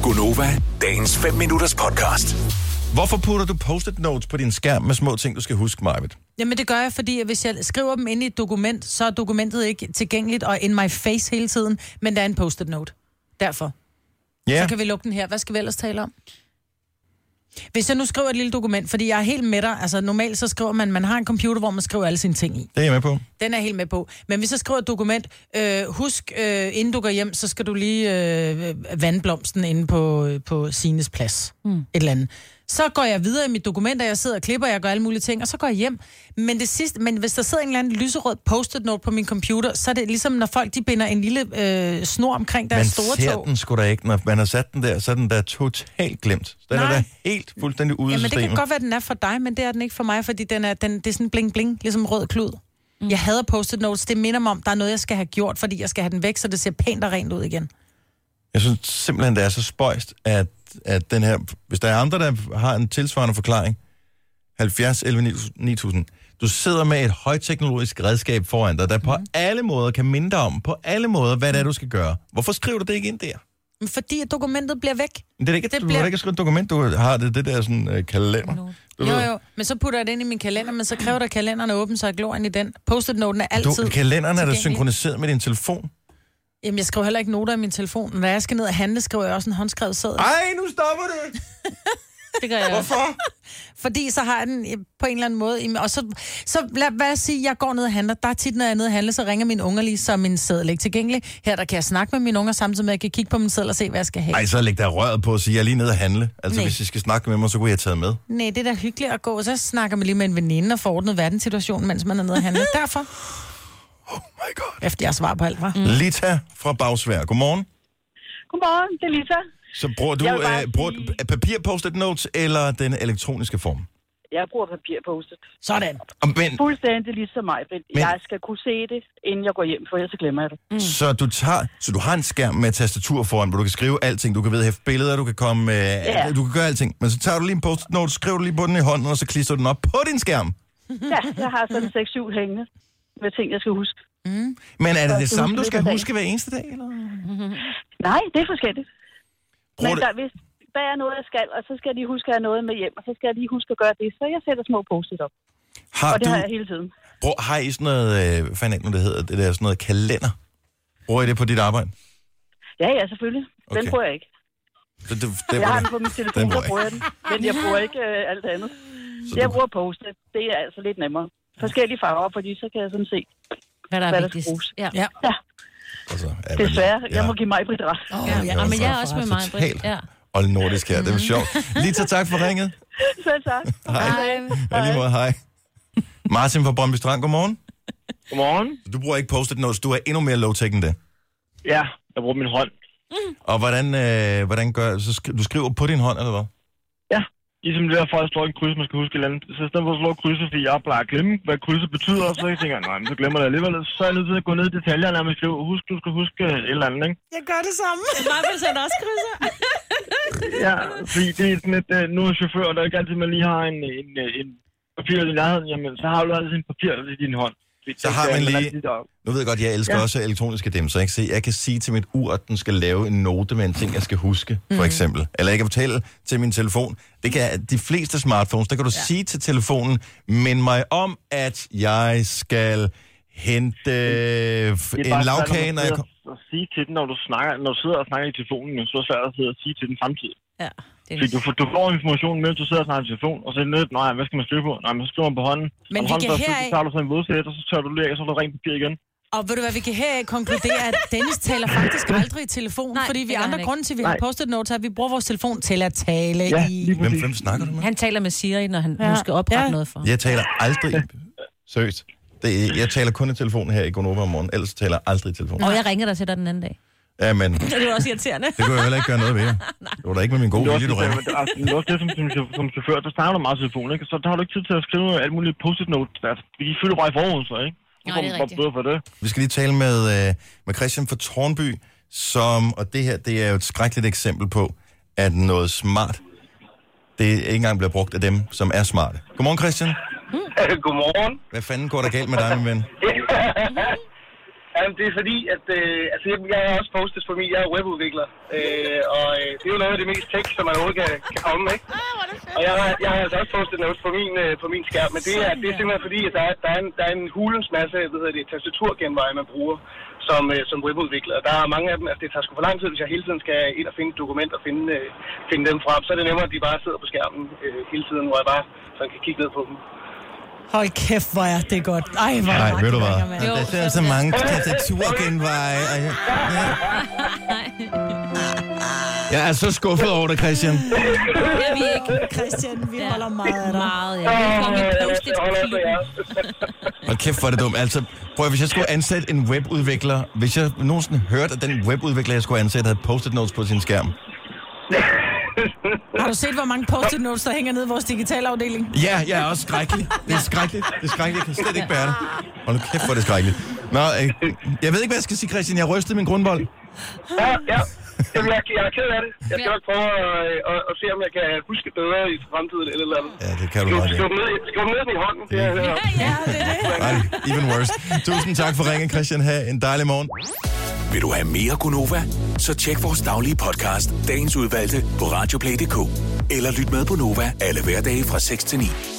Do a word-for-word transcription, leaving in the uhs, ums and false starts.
Gunova, dagens fem minutters podcast. Hvorfor putter du post-it notes på din skærm med små ting, du skal huske, Majbet? Jamen det gør jeg, fordi hvis jeg skriver dem ind i et dokument, så er dokumentet ikke tilgængeligt og in my face hele tiden, men der er en post-it note. Derfor. Ja. Så kan vi lukke den her. Hvad skal vi ellers tale om? Hvis jeg nu skriver et lille dokument, fordi jeg er helt med dig, altså normalt så skriver man, man har en computer, hvor man skriver alle sine ting i. Det er jeg med på. Den er jeg helt med på. Men hvis jeg skriver et dokument, øh, husk, øh, inden du går hjem, så skal du lige øh, vandblomsten inde på, på Sines plads. Mm. Et eller andet. Så går jeg videre i mit dokument, og jeg sidder og klipper, jeg gør alle mulige ting, og så går jeg hjem. Men det sidste, men hvis der sidder en eller anden lyserød post-it note på min computer, så er det ligesom, når folk de binder en lille øh, snor omkring deres store tog. Man ser den sgu da ikke. Når man har sat den der, så er den der totalt glemt. Den Nej. er da helt fuldstændig ude af Jamen det systemet. kan godt være, den er for dig, men det er den ikke for mig, fordi den er, den, det er sådan bling-bling, ligesom rød klud. Mm. Jeg hader post-it notes. Det minder mig om, der er noget, jeg skal have gjort, fordi jeg skal have den væk, så det ser pænt og rent ud igen. Jeg synes simpelthen, det er så spøjst, at, at den her... Hvis der er andre, der har en tilsvarende forklaring, halvfjerds elleve ni tusind, du sidder med et højteknologisk redskab foran dig, der på mm. alle måder kan minde dig om, på alle måder, hvad det er, du skal gøre. Hvorfor skriver du det ikke ind der? Fordi at dokumentet bliver væk. Men det er ikke, det du bliver... har ikke skrevet et dokument, du har det, det der sådan uh, kalender. No. Jo, jo, men så putter jeg det ind i min kalender, men så kræver der kalenderen at åbne, så jeg glor ind i den. Post-it-noten er altid... Du, kalenderen er der synkroniseret med din telefon. Jamen, jeg skriver heller ikke noter i min telefon. Når jeg skal ned og handle, skriver jeg også en håndskrevet seddel. Ej, nu stopper du! Det gør jeg. Hvorfor? Fordi så har jeg den på en eller anden måde. Og så, så lad hvad sige, jeg går ned og handler. Der er tit, når jeg er nede og handle, så ringer mine unger lige, så min seddel ikke tilgængelig. Her der kan jeg snakke med mine unger, samtidig med, at jeg kan kigge på min seddel og se, hvad jeg skal have. Ej, så læg der røret på at sige, at jeg er lige nede og handle. Altså, Nej. Hvis I skal snakke med mig, så kunne jeg have taget med. Nej, det er da hyggeligt at gå. Og så snakker man lige med en veninde og får ordnet verdenssituationen, mens man er nede og handle. Derfor. Oh my god. Efter jeg svarer på alt, hva'? Mm. Lita fra Bagsvær. Godmorgen. Godmorgen, det er Lita. Så bruger du øh, bruger sige... papir post-it notes eller den elektroniske form? Jeg bruger papir post-it. Sådan. Men, Fuldstændig ligesom mig. Men... Jeg skal kunne se det, inden jeg går hjem, for ellers så glemmer jeg det. Mm. Så, du tager, så du har en skærm med tastatur foran, hvor du kan skrive alting. Du kan vedhæfte billeder, du kan komme, øh, ja. du kan gøre alting. Men så tager du lige en post-it note, skriver du lige på den i hånden, og så klistrer du den op på din skærm. Ja, jeg har sådan seks syv hængende med ting, jeg skal huske. Mm. Men er det det samme, du skal huske hver eneste dag? Eller? Nej, det er forskelligt. Bruger Men der, hvis der er noget, jeg skal, og så skal jeg lige huske at have noget med hjem, og så skal jeg lige huske at gøre det, så jeg sætter små post-it op. Har og det du, har jeg hele tiden. Brug, har I sådan noget, øh, hvad fanden er det hedder, det der sådan noget kalender? Bruger I det på dit arbejde? Ja, ja, selvfølgelig. Den Okay. bruger jeg ikke. Det, det, det, jeg har den på min telefon, der bruger jeg den. Men jeg bruger ikke øh, alt andet. Så jeg du... bruger post-it. Det er altså lidt nemmere. Forskellige farver, fordi så kan jeg sådan se, hvad der er hvad vigtigst. Der ja. ja. ja. Altså, desværre, ja. jeg må give mig Britt ret. Oh, ja, ja. Men jeg er også med mig, Britt. Ja. Og nordisk her, det er sjovt. Lita, tak for ringet. Selv tak. Hej. Hej. Lige måde, hej. Martin fra Brøndby Strand, godmorgen. Godmorgen. Du bruger ikke post-it notes, du er endnu mere low-tech end det. Ja, jeg bruger min hånd. Mm. Og hvordan, øh, hvordan gør så sk- du skriver på din hånd, eller hvad? Ja, ligesom det der, for at slå en kryds, man skal huske et eller andet. Så i stedet for at slå krydset, fordi jeg plejer at glemme, hvad krydset betyder, så jeg tænker, nej, men så glemmer jeg det alligevel. Så er jeg nødt til at gå ned i detaljerne, og man skriver, husk, du skal huske et eller andet, ikke? Jeg gør det samme. Mig vil sætte også krydser. Ja, fordi det er sådan et, nu er chauffør, og der er ikke altid, man lige har en, en, en papir i nærheden, jamen, så har du altid en papir i din hånd. Så har man lige... Nu ved jeg godt, jeg elsker ja. også elektroniske dimser, ikke? Så jeg kan sige til mit ur, at den skal lave en note med en ting, jeg skal huske, for eksempel. Eller jeg kan fortælle til min telefon. Det kan de fleste smartphones, der kan du ja. sige til telefonen, mind mig om, at jeg skal hente en lavkage, når jeg kommer... At sige til den, når du, snakker, når du sidder og snakker i telefonen, så er det svært at sidde og sige til den samtidig. Ja. Fordi du, du får information, mens du sidder og snakker i telefon, og så er det nødt, nej, hvad skal man skrive på? Nej, men så skriver man på hånden. Men og vi kan heraf... Så tager du så en vådsæt, og så tør du lige af, og så er der rent papir igen. Og ved du hvad, vi kan heraf konkludere, at Dennis taler faktisk aldrig i telefon, nej, fordi vi andre grunde til, at vi nej. har postet noter, at vi bruger vores telefon til at tale ja, i... Hvem, hvem snakker du med? Han taler med Siri, når han ja. nu skal oprette ja. noget for. Jeg taler aldrig... Seriøst. Det, jeg taler kun i telefonen her i Gonova om morgenen, ellers taler jeg aldrig i telefonen. Og jeg ringer dig til dig den anden dag. Ja, men... Det var også irriterende. Det kunne jeg heller ikke gøre noget ved. Det var da ikke med min gode vilje, du ringer. Det er også det, som, som, som chauffør, der snakker du meget i telefonen, ikke? Så der har du ikke tid til at skrive alle mulige post-it notes. De fylder bare i forhånd, så, ikke? Nej, det er rigtigt. For det. Vi skal lige tale med, øh, med Christian fra Tårnby, som... Og det her, det er jo et skrækkeligt eksempel på, at noget smart, det ikke engang bliver brugt af dem, som er smarte. Godmorgen, Christian. Godmorgen. Hvad fanden går der galt med dig, min ven? Jamen, det er fordi, at øh, altså, jeg, jeg er også postet for mig. Jeg er webudvikler. Øh, og øh, det er jo noget af det mest tekst, som man overhovedet kan, kan komme, ikke? Og jeg har, jeg har altså også postet noget på min, øh, på min skærm. Men det er, det er simpelthen fordi, at der er, der er, en, der er en hulens masse hvad hedder det, tastaturgenveje, man bruger som, øh, som webudvikler. Der er mange af dem, altså det tager sgu for lang tid, hvis jeg hele tiden skal ind og finde et dokument og finde, øh, finde dem frem. Så er det nemmere, at de bare sidder på skærmen øh, hele tiden, hvor jeg bare sådan kan kigge ned på dem. Hold kæft, hvor er det godt. Ej, hvor Nej, er ved du hvad? det, Der er så mange tastaturgenveje. Ja. Jeg er så skuffet over det, Christian. Det er vi ikke. Christian, vi Ja. holder meget af dig. Meget, ja. Velkommen i post-it. Hold kæft, hvor er det dumt. Altså, prøv at, hvis jeg skulle ansætte en webudvikler, hvis jeg nogensinde hørte, at den webudvikler, jeg skulle ansætte, havde post-it notes på sin skærm. Har du set, hvor mange post-it notes, der hænger ned i vores digitalafdeling? Ja, jeg er også skrækkelig. Det er skrækkeligt. Det er skrækkeligt. Jeg kan slet ikke bære det. Hold nu kæft, hvor er det skrækkeligt. Nå, øh, jeg ved ikke, hvad jeg skal sige, Christian. Jeg rystede min grundbold. Ja, ja. Jamen, jeg, jeg er ked af det. Jeg skal nok prøve at, at, at se, om jeg kan huske bedre i fremtiden eller eller andet. Ja, det kan du godt, ja. Skub ned, skub ned i hånden. Det er, Ja, ja, det er det. Ej, even worse. Tusind tak for ringen, Christian. Ha' en dejlig morgen. Vil du have mere Gunova? Så tjek vores daglige podcast, dagens udvalgte, på radioplay punktum d k. Eller lyt med på Nova alle hverdage fra seks til ni.